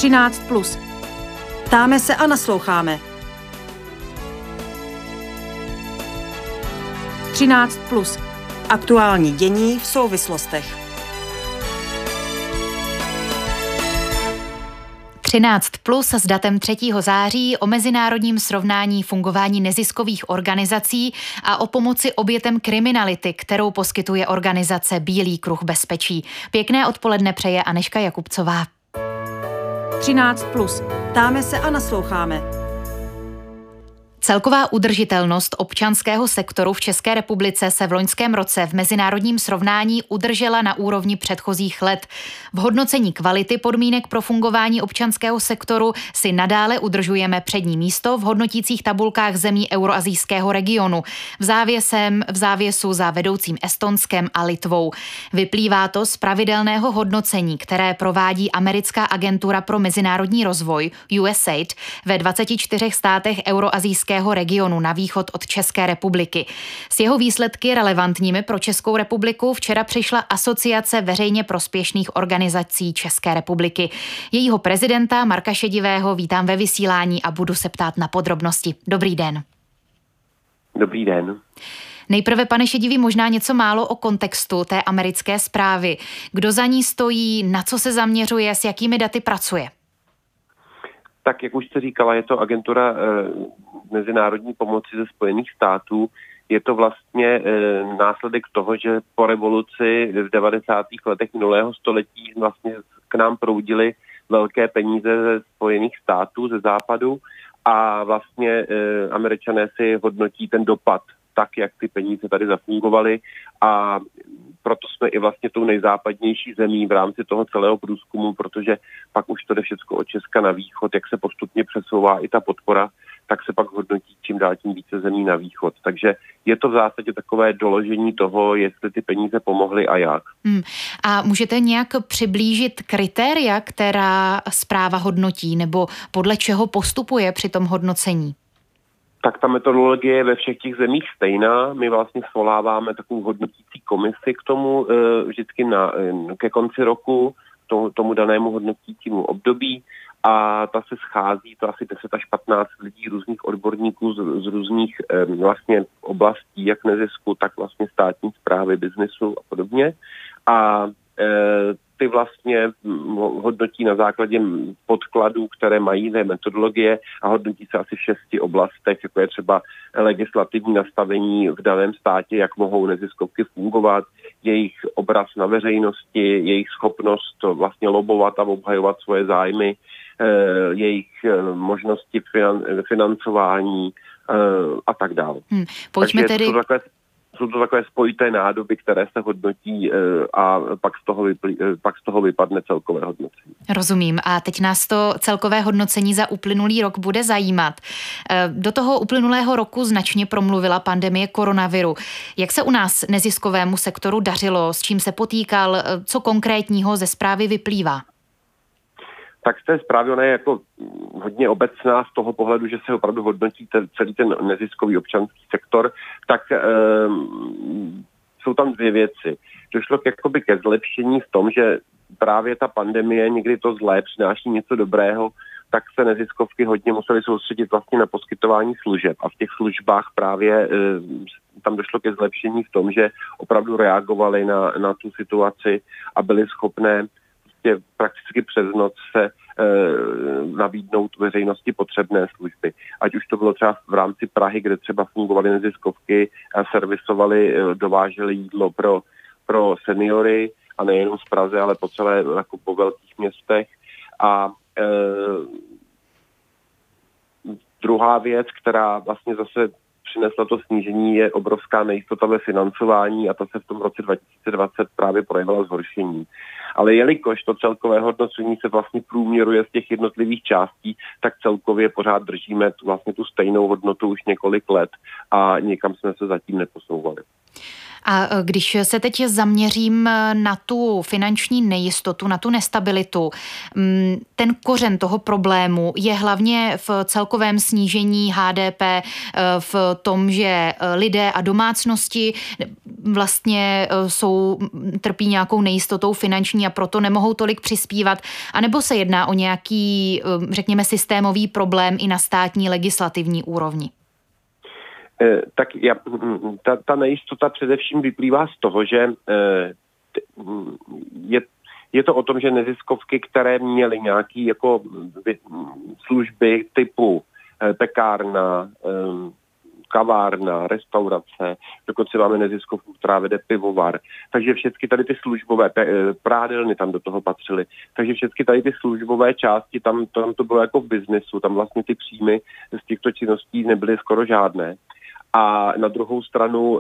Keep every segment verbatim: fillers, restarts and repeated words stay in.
třináct plus. Ptáme se a nasloucháme. třináct plus. Aktuální dění v souvislostech. třináct plus s datem třetího září o mezinárodním srovnání fungování neziskových organizací a o pomoci obětem kriminality, kterou poskytuje organizace Bílý kruh bezpečí. Pěkné odpoledne přeje Anežka Jakubcová. třináct plus. Ptáme se a nasloucháme. Celková udržitelnost občanského sektoru v České republice se v loňském roce v mezinárodním srovnání udržela na úrovni předchozích let. V hodnocení kvality podmínek pro fungování občanského sektoru si nadále udržujeme přední místo v hodnotících tabulkách zemí euroazijského regionu. V závěsem, v závěsu za vedoucím Estonskem a Litvou. Vyplývá to z pravidelného hodnocení, které provádí americká agentura pro mezinárodní rozvoj U S A I D ve dvaceti čtyřech státech euroazijského regionu na východ od České republiky. S jeho výsledky relevantními pro Českou republiku včera přišla Asociace veřejně prospěšných organizací České republiky. Jejího prezidenta Marka Šedivého vítám ve vysílání a budu se ptát na podrobnosti. Dobrý den. Dobrý den. Nejprve, pane Šedivý, možná něco málo o kontextu té americké zprávy. Kdo za ní stojí, na co se zaměřuje, s jakými daty pracuje? Tak, jak už jste říkala, je to agentura e, mezinárodní pomoci ze Spojených států. Je to vlastně e, následek toho, že po revoluci v devadesátých letech minulého století vlastně k nám proudily velké peníze ze Spojených států, ze západu a vlastně e, Američané si hodnotí ten dopad tak, jak ty peníze tady zafungovaly a proto jsme i vlastně tou nejzápadnější zemí v rámci toho celého průzkumu, protože pak už to jde všechno od Česka na východ, jak se postupně přesouvá i ta podpora, tak se pak hodnotí čím dál tím více zemí na východ. Takže je to v zásadě takové doložení toho, jestli ty peníze pomohly a jak. Hmm. A můžete nějak přiblížit kritéria, která zpráva hodnotí, nebo podle čeho postupuje při tom hodnocení? Tak ta metodologie je ve všech těch zemích stejná. My vlastně svoláváme takovou hodnotící komisi k tomu e, vždycky na, e, ke konci roku, tomu, tomu danému hodnotícímu období a ta se schází, to asi deset až patnáct lidí, různých odborníků z, z různých e, vlastně oblastí, jak nezisku, tak vlastně státní správy, biznesu a podobně. A e, ty vlastně hodnotí na základě podkladů, které mají té metodologie a hodnotí se asi v šesti oblastech, jako je třeba legislativní nastavení v daném státě, jak mohou neziskovky fungovat, jejich obraz na veřejnosti, jejich schopnost vlastně lobovat a obhajovat svoje zájmy, jejich možnosti financování a tak dále. Hmm, pojďme Takže tedy... Jsou to takové spojité nádoby, které se hodnotí a pak z toho, vyplý, pak z toho vypadne celkové hodnocení. Rozumím. A teď nás to celkové hodnocení za uplynulý rok bude zajímat. Do toho uplynulého roku značně promluvila pandemie koronaviru. Jak se u nás neziskovému sektoru dařilo, s čím se potýkal, co konkrétního ze zprávy vyplývá? Tak z té zprávy ona je jako hodně obecná z toho pohledu, že se opravdu hodnotí ten, celý ten neziskový občanský sektor, tak e, jsou tam dvě věci. Došlo k, jakoby ke zlepšení v tom, že právě ta pandemie, někdy to zlé přináší něco dobrého, tak se neziskovky hodně musely soustředit vlastně na poskytování služeb. A v těch službách právě e, tam došlo ke zlepšení v tom, že opravdu reagovali na, na tu situaci a byli schopné prakticky přes noc se e, nabídnout veřejnosti potřebné služby. Ať už to bylo třeba v rámci Prahy, kde třeba fungovaly neziskovky, a servisovali, e, dováželi jídlo pro, pro seniory a nejenom z Praze, ale po celé, jako po velkých městech. A e, druhá věc, která vlastně zase přinesla to snížení, je obrovská nejistota ve financování a to se v tom roce dva tisíce dvacet právě projevilo zhoršení. Ale jelikož to celkové hodnocení se vlastně průměruje z těch jednotlivých částí, tak celkově pořád držíme tu, vlastně tu stejnou hodnotu už několik let a nikam jsme se zatím neposouvali. A když se teď zaměřím na tu finanční nejistotu, na tu nestabilitu, ten kořen toho problému je hlavně v celkovém snížení H D P, v tom, že lidé a domácnosti vlastně jsou, trpí nějakou nejistotou finanční a proto nemohou tolik přispívat, anebo se jedná o nějaký, řekněme, systémový problém i na státní legislativní úrovni? Tak já, ta, ta nejistota především vyplývá z toho, že je, je to o tom, že neziskovky, které měly nějaké jako služby typu pekárna, kavárna, restaurace, dokonce máme neziskovku, která vede pivovar. Takže všechny tady ty službové, prádelny tam do toho patřily. Takže všechny tady ty službové části, tam, tam to bylo jako v biznesu, tam vlastně ty příjmy z těchto činností nebyly skoro žádné. A na druhou stranu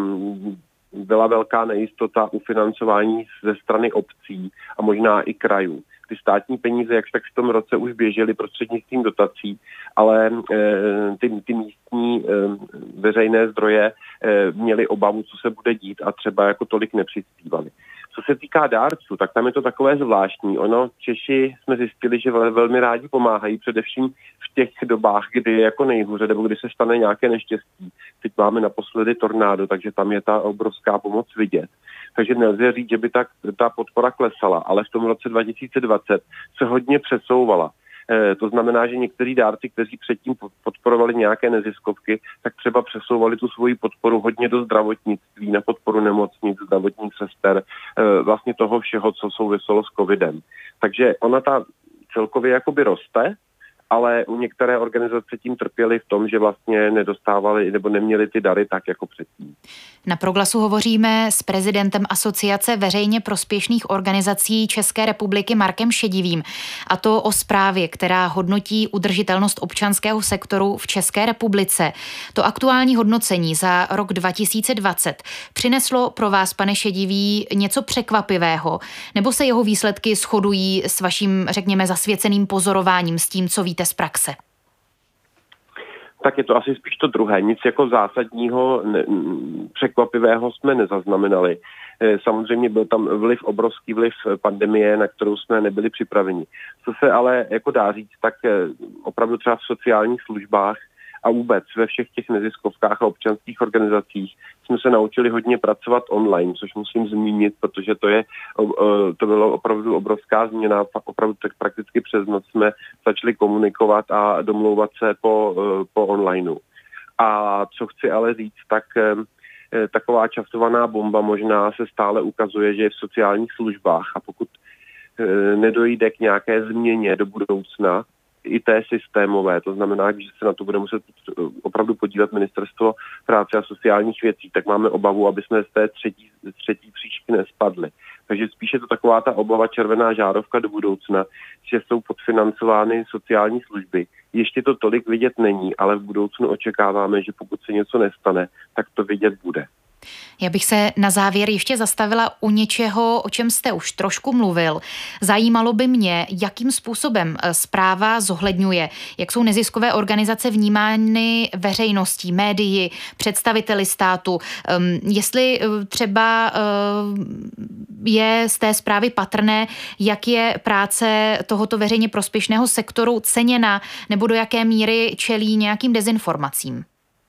byla velká nejistota u financování ze strany obcí a možná i krajů. Ty státní peníze, jak tak v tom roce už běžely prostřednictvím dotací, ale e, ty, ty místní e, veřejné zdroje e, měly obavu, co se bude dít a třeba jako tolik nepřispívali. Co se týká dárců, tak tam je to takové zvláštní. Ono, Češi jsme zjistili, že velmi rádi pomáhají, především v těch dobách, kdy je jako nejhůře, nebo kdy se stane nějaké neštěstí. Teď máme naposledy tornádo, takže tam je ta obrovská pomoc vidět. Takže nelze říct, že by ta, ta podpora klesala, ale v tom roce dva tisíce dvacet se hodně přesouvala. E, to znamená, že někteří dárci, kteří předtím podporovali nějaké neziskovky, tak třeba přesouvali tu svoji podporu hodně do zdravotnictví, na podporu nemocnic, zdravotních sester, e, vlastně toho všeho, co souviselo s covidem. Takže ona ta celkově jakoby roste, ale u některé organizace tím trpěly v tom, že vlastně nedostávali nebo neměli ty dary tak jako předtím. Na Proglasu hovoříme s prezidentem Asociace veřejně prospěšných organizací České republiky Markem Šedivým, a to o zprávě, která hodnotí udržitelnost občanského sektoru v České republice. To aktuální hodnocení za rok dva tisíce dvacet přineslo pro vás, pane Šedivý, něco překvapivého, nebo se jeho výsledky shodují s vaším, řekněme, zasvěceným pozorováním, s tím, co víte z praxe? Tak je to asi spíš to druhé. Nic jako zásadního ne, překvapivého jsme nezaznamenali. Samozřejmě byl tam vliv, obrovský vliv pandemie, na kterou jsme nebyli připraveni. Co se ale jako dá říct, tak opravdu třeba v sociálních službách a vůbec ve všech těch neziskovkách a občanských organizacích jsme se naučili hodně pracovat online, což musím zmínit, protože to je, to bylo opravdu obrovská změna. Opravdu tak prakticky přes noc jsme začali komunikovat a domlouvat se po, po onlineu. A co chci ale říct, tak taková časovaná bomba možná se stále ukazuje, že je v sociálních službách, a pokud nedojde k nějaké změně do budoucna, i té systémové, to znamená, že se na to bude muset opravdu podívat Ministerstvo práce a sociálních věcí, tak máme obavu, aby jsme z té třetí, třetí příčky nespadli. Takže spíše to taková ta obava, červená žárovka do budoucna, že jsou podfinancovány sociální služby. Ještě to tolik vidět není, ale v budoucnu očekáváme, že pokud se něco nestane, tak to vidět bude. Já bych se na závěr ještě zastavila u něčeho, o čem jste už trošku mluvil. Zajímalo by mě, jakým způsobem správa zohledňuje, jak jsou neziskové organizace vnímány veřejností, médii, představiteli státu. Jestli třeba je z té zprávy patrné, jak je práce tohoto veřejně prospěšného sektoru ceněna, nebo do jaké míry čelí nějakým dezinformacím.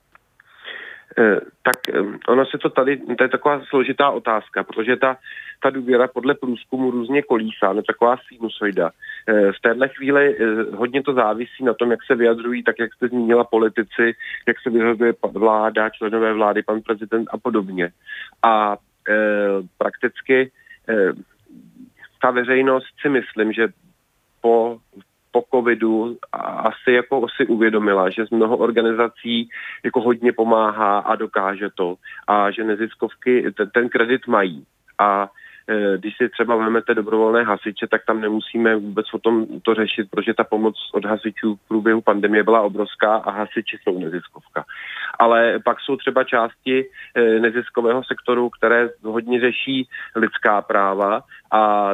Tak ono se to tady, to je taková složitá otázka, protože ta, ta důvěra podle průzkumu různě kolísá, ne taková sinusoida. V téhle chvíli hodně to závisí na tom, jak se vyjadřují, tak jak jste zmínila, politici, jak se vyjadřuje vláda, členové vlády, pan prezident a podobně. A e, prakticky e, ta veřejnost si myslím, že po po covidu asi jako si uvědomila, že z mnoho organizací jako hodně pomáhá a dokáže to a že neziskovky ten, ten kredit mají. A e, když si třeba vezmete dobrovolné hasiče, tak tam nemusíme vůbec o tom to řešit, protože ta pomoc od hasičů v průběhu pandemie byla obrovská a hasiči jsou neziskovka. Ale pak jsou třeba části e, neziskového sektoru, které hodně řeší lidská práva a ty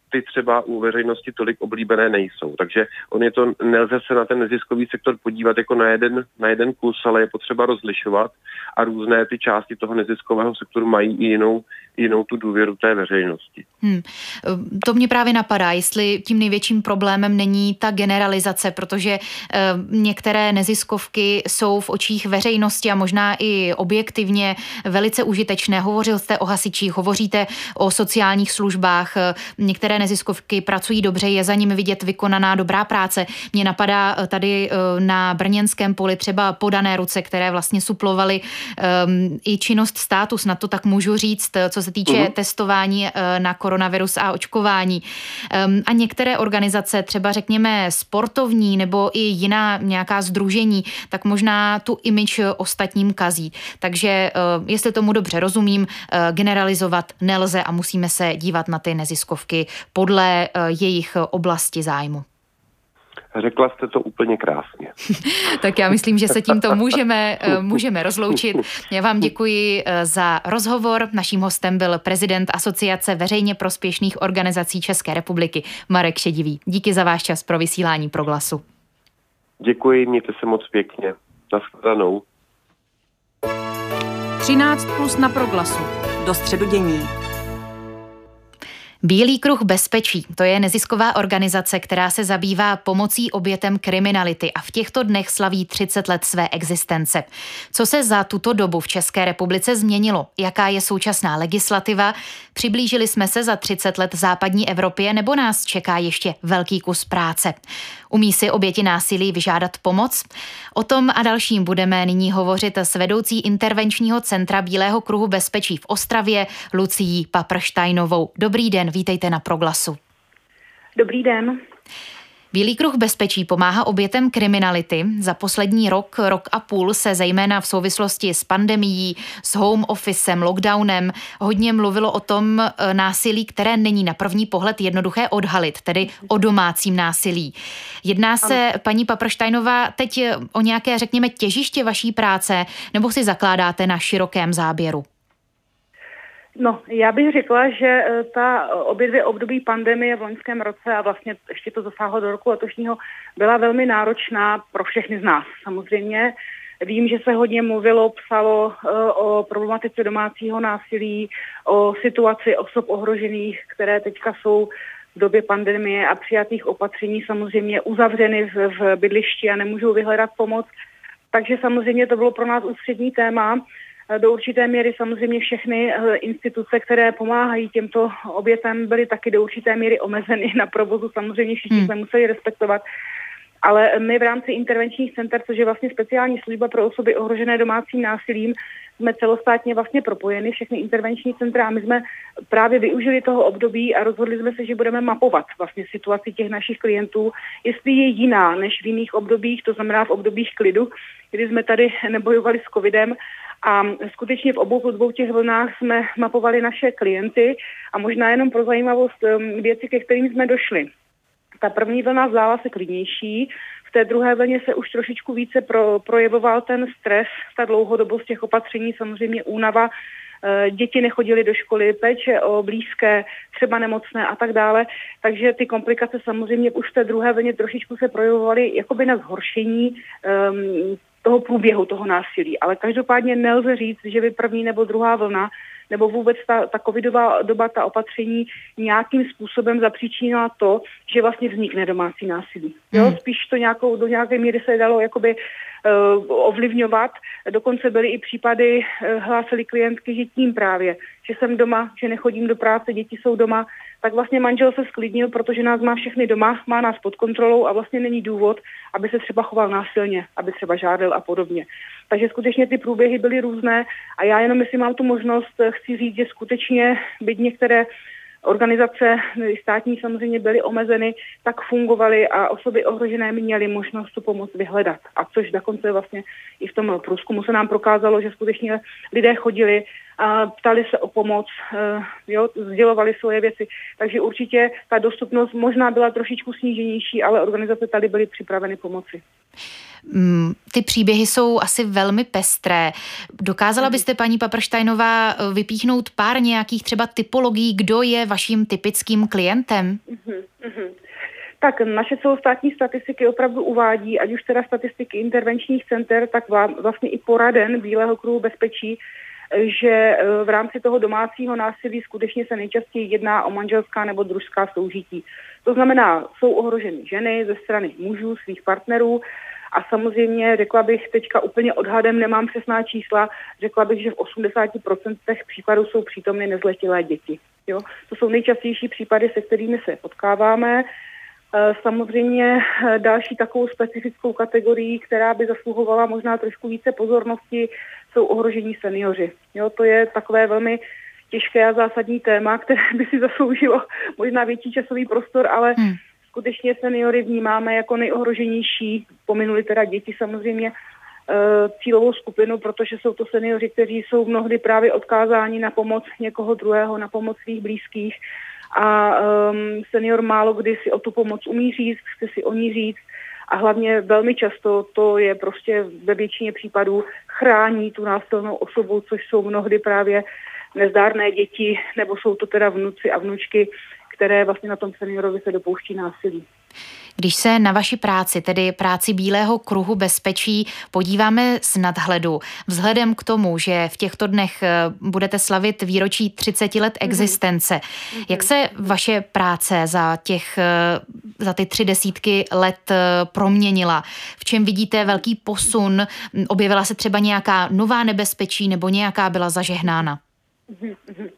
ty třeba u veřejnosti tolik oblíbené nejsou. Takže on je to, nelze se na ten neziskový sektor podívat jako na jeden, na jeden kus, ale je potřeba rozlišovat a různé ty části toho neziskového sektoru mají i jinou, jinou tu důvěru té veřejnosti. Hmm. To mě právě napadá, jestli tím největším problémem není ta generalizace, protože eh, některé neziskovky jsou v očích veřejnosti a možná i objektivně velice užitečné. Hovořil jste o hasičích, hovoříte o sociálních službách, některé neziskovky pracují dobře, je za nimi vidět vykonaná dobrá práce. Mně napadá tady na brněnském poli třeba Podané ruce, které vlastně suplovaly um, i činnost státu, snad to tak můžu říct, co se týče uh-huh. testování uh, na koronavirus a očkování. Um, a některé organizace, třeba řekněme sportovní nebo i jiná nějaká sdružení, tak možná tu image ostatním kazí. Takže uh, jestli tomu dobře rozumím, uh, generalizovat nelze a musíme se dívat na ty neziskovky podle uh, jejich oblasti zájmu. Řekla jste to úplně krásně. Tak já myslím, že se tímto můžeme, můžeme rozloučit. Já vám děkuji za rozhovor. Naším hostem byl prezident Asociace veřejně prospěšných organizací České republiky Marek Šedivý. Díky za váš čas pro vysílání Proglasu. Děkuji, mějte se moc pěkně. Nashledanou. třináct plus na Proglasu. Do středu dění. Bílý kruh bezpečí, to je nezisková organizace, která se zabývá pomocí obětem kriminality a v těchto dnech slaví třicet let své existence. Co se za tuto dobu v České republice změnilo? Jaká je současná legislativa? Přiblížili jsme se za třicet let západní Evropě nebo nás čeká ještě velký kus práce? Umí si oběti násilí vyžádat pomoc? O tom a dalším budeme nyní hovořit s vedoucí intervenčního centra Bílého kruhu bezpečí v Ostravě Lucií Paprštajnovou. Dobrý den, vítejte na Proglasu. Dobrý den. Bílý kruh bezpečí pomáhá obětem kriminality. Za poslední rok, rok a půl se zejména v souvislosti s pandemií, s home officem, lockdownem hodně mluvilo o tom násilí, které není na první pohled jednoduché odhalit, tedy o domácím násilí. Jedná se, ano. Paní Paprštajnová, teď o nějaké, řekněme, těžiště vaší práce, nebo si zakládáte na širokém záběru? No, já bych řekla, že ta obě dvě období pandemie v loňském roce a vlastně ještě to zasáhlo do roku letošního byla velmi náročná pro všechny z nás. Samozřejmě vím, že se hodně mluvilo, psalo o problematice domácího násilí, o situaci osob ohrožených, které teďka jsou v době pandemie a přijatých opatření samozřejmě uzavřeny v, v bydlišti a nemůžou vyhledat pomoc. Takže samozřejmě to bylo pro nás ústřední téma. Do určité míry samozřejmě všechny instituce, které pomáhají těmto obětem, byly taky do určité míry omezeny na provozu. Samozřejmě všichni hmm. jsme museli respektovat. Ale my v rámci intervenčních center, což je vlastně speciální služba pro osoby ohrožené domácím násilím, jsme celostátně vlastně propojeni, všechny intervenční centra, a my jsme právě využili toho období a rozhodli jsme se, že budeme mapovat vlastně situaci těch našich klientů, jestli je jiná než v jiných obdobích, to znamená v obdobích klidu, kdy jsme tady nebojovali s covidem. A skutečně v obou dvou těch vlnách jsme mapovali naše klienty a možná jenom pro zajímavost věci, ke kterým jsme došli. Ta první vlna zdála se klidnější, v té druhé vlně se už trošičku více pro, projevoval ten stres, ta dlouhodobost těch opatření, samozřejmě únava, děti nechodily do školy, péče o blízké, třeba nemocné a tak dále, takže ty komplikace samozřejmě už v té druhé vlně trošičku se projevovaly jakoby na zhoršení um, toho průběhu, toho násilí. Ale každopádně nelze říct, že by první nebo druhá vlna nebo vůbec ta, ta covidová doba, ta opatření nějakým způsobem zapříčinila to, že vlastně vznikne domácí násilí. Jo, hmm. spíš to nějakou, do nějaké míry se dalo jakoby uh, ovlivňovat. Dokonce byly i případy, uh, hlásily klientky, že tím právě, že jsem doma, že nechodím do práce, děti jsou doma, tak vlastně manžel se sklidnil, protože nás má všechny doma, má nás pod kontrolou a vlastně není důvod, aby se třeba choval násilně, aby třeba žádal a podobně. Takže skutečně ty průběhy byly různé a já jenom, jestli mám tu možnost, chci říct, že skutečně, byť některé organizace státní samozřejmě byly omezeny, tak fungovaly a osoby ohrožené měly možnost tu pomoc vyhledat. A což dokonce vlastně i v tom průzkumu se nám prokázalo, že skutečně lidé chodili a ptali se o pomoc, jo, sdělovali svoje věci. Takže určitě ta dostupnost možná byla trošičku sníženější, ale organizace tady byly připraveny pomoci. Ty příběhy jsou asi velmi pestré. Dokázala byste, paní Paprštajnová, vypíchnout pár nějakých třeba typologií, kdo je vaším typickým klientem? Mm-hmm, mm-hmm. Tak naše celostátní statistiky opravdu uvádí, ať už teda statistiky intervenčních center, tak vlastně i poraden Bílého kruhu bezpečí, že v rámci toho domácího násilí skutečně se nejčastěji jedná o manželská nebo družská soužití. To znamená, jsou ohroženy ženy ze strany mužů, svých partnerů a samozřejmě řekla bych teďka úplně odhadem, nemám přesná čísla, řekla bych, že v osmdesáti procentech případů jsou přítomny nezletilé děti. Jo? To jsou nejčastější případy, se kterými se potkáváme. Samozřejmě další takovou specifickou kategorií, která by zasluhovala možná trošku více pozornosti, jsou ohrožení seniori. Jo, to je takové velmi těžké a zásadní téma, které by si zasloužilo možná větší časový prostor, ale hmm. skutečně seniory vnímáme jako nejohroženější, pominuli teda děti samozřejmě, cílovou skupinu, protože jsou to seniori, kteří jsou mnohdy právě odkázáni na pomoc někoho druhého, na pomoc svých blízkých. A um, senior málo kdy si o tu pomoc umí říct, chce si o ní říct a hlavně velmi často to je prostě ve většině případů chrání tu násilnou osobu, což jsou mnohdy právě nezdárné děti, nebo jsou to teda vnuci a vnučky, které vlastně na tom seniorovi se dopouští násilí. Když se na vaši práci, tedy práci Bílého kruhu bezpečí, podíváme z nadhledu, vzhledem k tomu, že v těchto dnech budete slavit výročí třicet let existence, mm-hmm. jak se vaše práce za, těch, za ty tři desítky let proměnila? V čem vidíte velký posun? Objevila se třeba nějaká nová nebezpečí nebo nějaká byla zažehnána? Mm-hmm.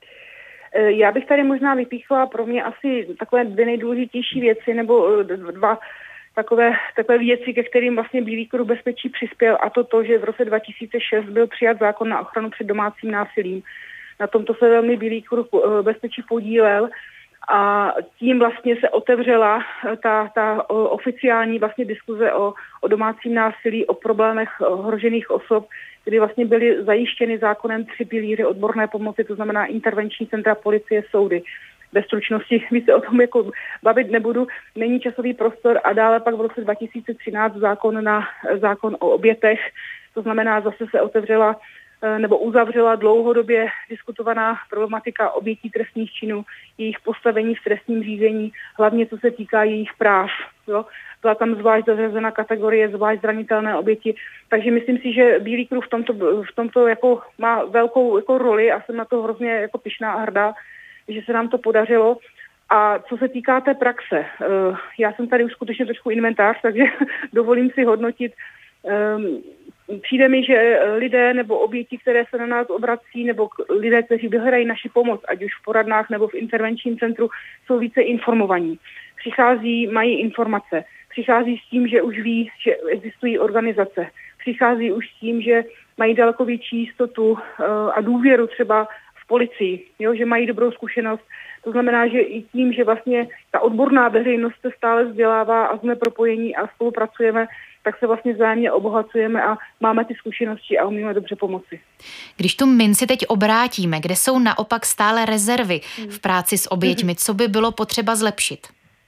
Já bych tady možná vypíchla pro mě asi takové dvě nejdůležitější věci, nebo dva takové, takové věci, ke kterým vlastně Bílý kruh bezpečí přispěl, a to to, že v roce dva tisíce šest byl přijat zákon na ochranu před domácím násilím. Na tomto se velmi Bílý kruh bezpečí podílel a tím vlastně se otevřela ta, ta oficiální vlastně diskuze o, o domácím násilí, o problémech ohrožených osob, kdy vlastně byly zajištěny zákonem tři pilíře odborné pomoci, to znamená intervenční centra, policie, soudy. Ve stručnosti více o tom jako bavit nebudu, není časový prostor a dále pak v roce dva tisíce třináct zákon na zákon o obětech, to znamená zase se otevřela nebo uzavřela dlouhodobě diskutovaná problematika obětí trestných činů, jejich postavení v trestním řízení, hlavně co se týká jejich práv. Jo. Byla tam zvlášť zařazena kategorie zvlášť zranitelné oběti, takže myslím si, že Bílý kruh v tomto, v tomto jako má velkou jako roli a jsem na to hrozně jako pyšná a hrdá, že se nám to podařilo. A co se týká té praxe, já jsem tady už skutečně trošku inventář, takže dovolím si hodnotit. Přijde mi, že lidé nebo oběti, které se na nás obrací, nebo lidé, kteří vyhledají naši pomoc, ať už v poradnách nebo v intervenčním centru, jsou více informovaní. Přichází, mají informace. Přichází s tím, že už ví, že existují organizace. Přichází už s tím, že mají daleko větší jistotu a důvěru třeba v policii, jo, že mají dobrou zkušenost. To znamená, že i tím, že vlastně ta odborná veřejnost se stále vzdělává a jsme propojení a spolupracujeme, tak se vlastně vzájemně obohacujeme a máme ty zkušenosti a umíme dobře pomoci. Když tu minci teď obrátíme, kde jsou naopak stále rezervy v práci s oběťmi, co by bylo potřeba zlepšit?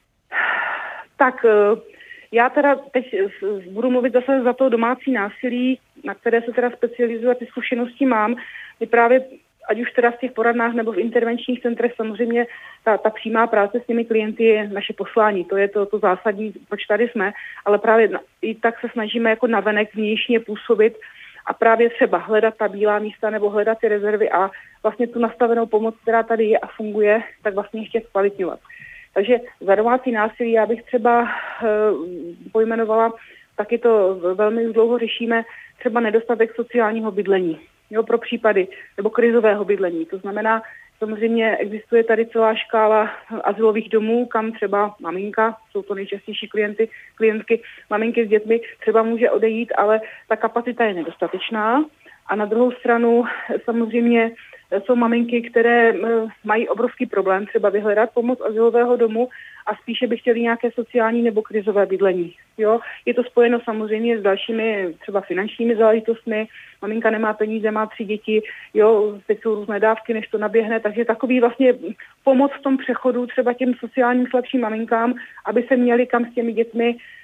Tak já teda teď budu mluvit zase za to domácí násilí, na které se teda specializuji a ty zkušenosti mám. My právě ať už teda v těch poradnách nebo v intervenčních centrech, samozřejmě ta, ta přímá práce s těmi klienty je naše poslání. To je to, to zásadní, proč tady jsme, ale právě i tak se snažíme jako navenek vnějšně působit a právě třeba hledat ta bílá místa nebo hledat ty rezervy a vlastně tu nastavenou pomoc, která tady je a funguje, tak vlastně chtět kvalitňovat. Takže za domácí násilí já bych třeba e, pojmenovala, taky to velmi už dlouho řešíme, třeba nedostatek sociálního bydlení. Jo, pro případy nebo krizového bydlení. To znamená, samozřejmě existuje tady celá škála azylových domů, kam třeba maminka, jsou to nejčastější klienty, klientky, maminky s dětmi, třeba může odejít, ale ta kapacita je nedostatečná. A na druhou stranu samozřejmě jsou maminky, které mají obrovský problém třeba vyhledat pomoc azylového domu a spíše by chtěli nějaké sociální nebo krizové bydlení. Jo? Je to spojeno samozřejmě s dalšími třeba finančními záležitostmi. Maminka nemá peníze, má tři děti, jo, teď jsou různé dávky, než to naběhne, takže takový vlastně pomoc v tom přechodu třeba těm sociálním slabším maminkám, aby se měli kam s těmi dětmi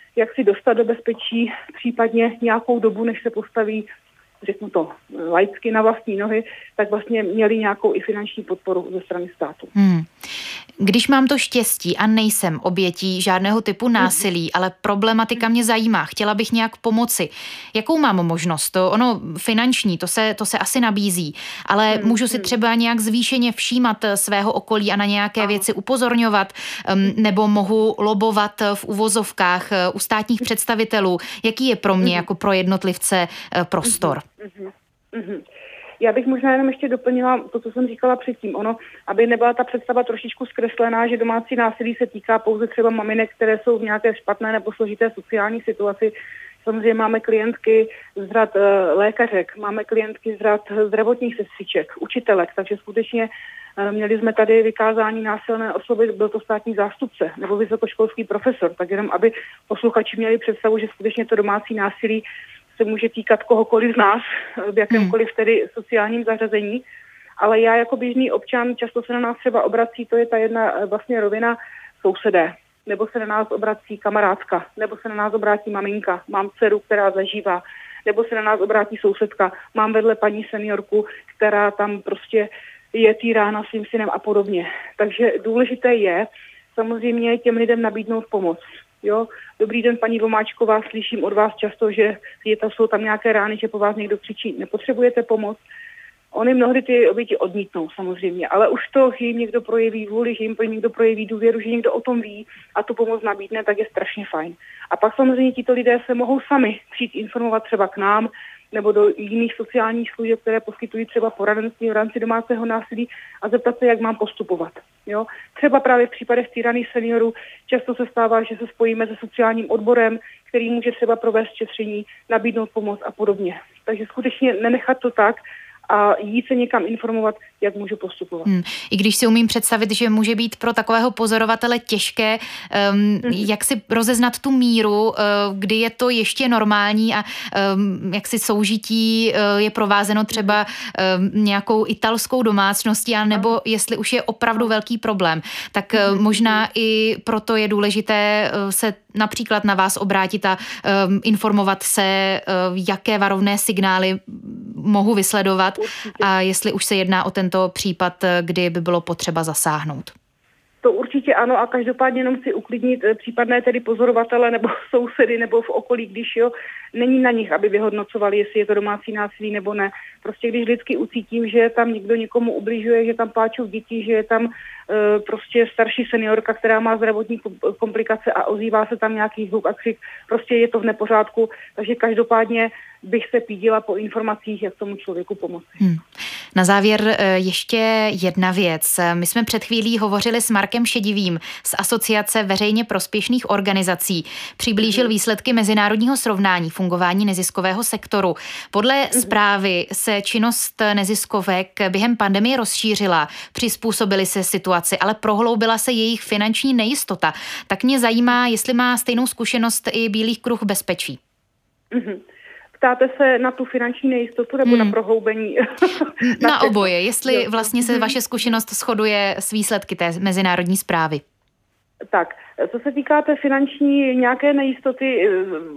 jak si dostat do bezpečí, případně nějakou dobu, než se postaví, řeknu to, laicky na vlastní nohy, tak vlastně měli nějakou i finanční podporu ze strany státu. Hmm. Když mám to štěstí a nejsem obětí žádného typu násilí, ale problematika mě zajímá, chtěla bych nějak pomoci. Jakou mám možnost? To ono finanční, to se, to se asi nabízí, ale hmm. můžu si třeba nějak zvýšeně všímat svého okolí a na nějaké věci upozorňovat, nebo mohu lobovat v uvozovkách u státních představitelů. Jaký je pro mě jako pro jednotlivce prostor? Mm-hmm. Mm-hmm. Já bych možná jenom ještě doplnila to, co jsem říkala předtím. Ono, aby nebyla ta představa trošičku zkreslená, že domácí násilí se týká pouze třeba maminek, které jsou v nějaké špatné nebo složité sociální situaci. Samozřejmě máme klientky z řad uh, lékařek, máme klientky z řad zdravotních sestřiček, učitelek, takže skutečně uh, měli jsme tady vykázání násilné osoby, byl to státní zástupce nebo vysokoškolský profesor, tak jenom aby posluchači měli představu, že skutečně to domácí násilí se může týkat kohokoliv z nás, v jakémkoliv tedy sociálním zařazení, ale já jako běžný občan často se na nás třeba obrací, to je ta jedna vlastně rovina sousedé, nebo se na nás obrací kamarádka, nebo se na nás obrátí maminka, mám dceru, která zažívá, nebo se na nás obrátí sousedka, mám vedle paní seniorku, která tam prostě je týrána svým synem a podobně. Takže důležité je samozřejmě těm lidem nabídnout pomoc. Jo, dobrý den, paní Vomáčková, slyším od vás často, že je to, jsou tam nějaké rány, že po vás někdo křičí, nepotřebujete pomoc. Oni mnohdy ty oběti odmítnou samozřejmě, ale už to, že jim někdo projeví vůli, že jim někdo projeví důvěru, že někdo o tom ví a tu pomoc nabídne, tak je strašně fajn. A pak samozřejmě tito lidé se mohou sami přijít informovat třeba k nám, nebo do jiných sociálních služeb, které poskytují třeba poradenství v rámci domácího násilí a zeptat se, jak mám postupovat. Jo? Třeba právě v případech týraných seniorů často se stává, že se spojíme se sociálním odborem, který může třeba provést šetření, nabídnout pomoc a podobně. Takže skutečně nenechat to tak a jít se někam informovat, jak můžu postupovat. Hmm. I když si umím představit, že může být pro takového pozorovatele těžké, um, hmm. jak si rozeznat tu míru, uh, kdy je to ještě normální a um, jak si soužití uh, je provázeno třeba um, nějakou italskou domácností, a nebo hmm. jestli už je opravdu velký problém. Tak uh, možná i proto je důležité uh, se například na vás obrátit a um, informovat se, uh, jaké varovné signály mohu vysledovat. Určitě. A jestli už se jedná o tento případ, kdy by bylo potřeba zasáhnout. To určitě ano a každopádně jenom si uklidnit případné tedy pozorovatele nebo sousedy nebo v okolí, když jo, není na nich, aby vyhodnocovali, jestli je to domácí násilí nebo ne. Prostě když vždycky ucítím, že tam někdo někomu ubližuje, že tam pláčou děti, že je tam uh, prostě starší seniorka, která má zdravotní komplikace a ozývá se tam nějaký hluk a křik, prostě je to v nepořádku, takže každopádně bych se pídila po informacích, jak tomu člověku pomoci. Hmm. Na závěr ještě jedna věc. My jsme před chvílí hovořili s Markem Šedivým z Asociace veřejně prospěšných organizací. Přiblížil hmm. výsledky mezinárodního srovnání fungování neziskového sektoru. Podle hmm. zprávy se činnost neziskovek během pandemie rozšířila, přizpůsobili se situaci, ale prohloubila se jejich finanční nejistota. Tak mě zajímá, jestli má stejnou zkušenost i Bílý kruh bezpečí. Hmm. Ptáte se na tu finanční nejistotu nebo hmm. na prohloubení? na, na oboje, jestli vlastně se vaše zkušenost shoduje s výsledky té mezinárodní zprávy. Tak, co se týká té finanční nějaké nejistoty,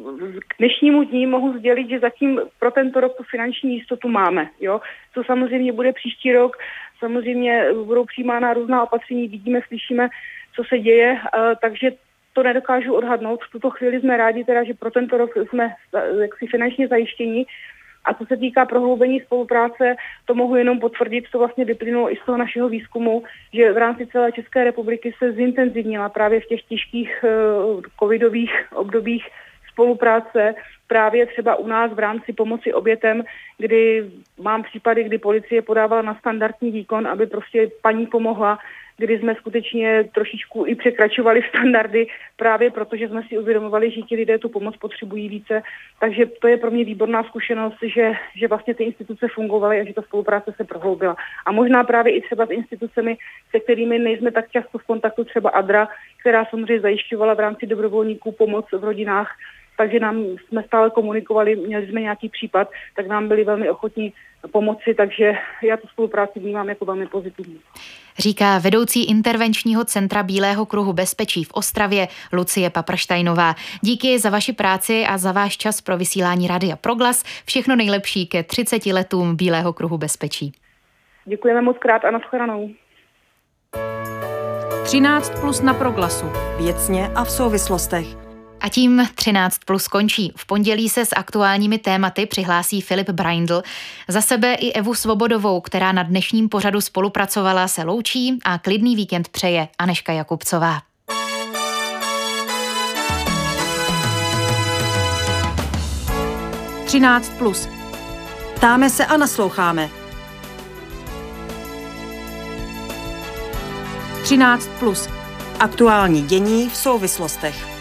k dnešnímu dní mohu sdělit, že zatím pro tento rok tu finanční jistotu máme. Jo? Co samozřejmě bude příští rok, samozřejmě budou přijímána různá opatření, vidíme, slyšíme, co se děje, takže to nedokážu odhadnout. V tuto chvíli jsme rádi teda, že pro tento rok jsme jaksi finančně zajištěni. A co se týká prohloubení spolupráce, to mohu jenom potvrdit, to vlastně vyplynulo i z toho našeho výzkumu, že v rámci celé České republiky se zintenzivnila právě v těch těžkých uh, covidových obdobích spolupráce, právě třeba u nás v rámci pomoci obětem, kdy mám případy, kdy policie podávala na standardní výkon, aby prostě paní pomohla, kdy jsme skutečně trošičku i překračovali standardy, právě protože jsme si uvědomovali, že ti lidé tu pomoc potřebují více. Takže to je pro mě výborná zkušenost, že, že vlastně ty instituce fungovaly a že ta spolupráce se prohloubila. A možná právě i třeba s institucemi, se kterými nejsme tak často v kontaktu, třeba ADRA, která samozřejmě zajišťovala v rámci dobrovolníků pomoc v rodinách, takže nám jsme stále komunikovali, měli jsme nějaký případ, tak nám byli velmi ochotní pomoci, takže já tu spolupráci vnímám jako velmi pozitivní. Říká vedoucí intervenčního centra Bílého kruhu bezpečí v Ostravě Lucie Paprštajnová. Díky za vaši práci a za váš čas pro vysílání Rádia Proglas. Všechno nejlepší ke třiceti letům Bílého kruhu bezpečí. Děkujeme moc krát a nashledanou. třináct plus na Proglasu. Věcně a v souvislostech. A tím třináct plus končí. V pondělí se s aktuálními tématy přihlásí Filip Braindl. Za sebe i Evu Svobodovou, která na dnešním pořadu spolupracovala, se loučí a klidný víkend přeje Anežka Jakubcová. třináct plus. Ptáme se a nasloucháme. třináct plus. Aktuální dění v souvislostech.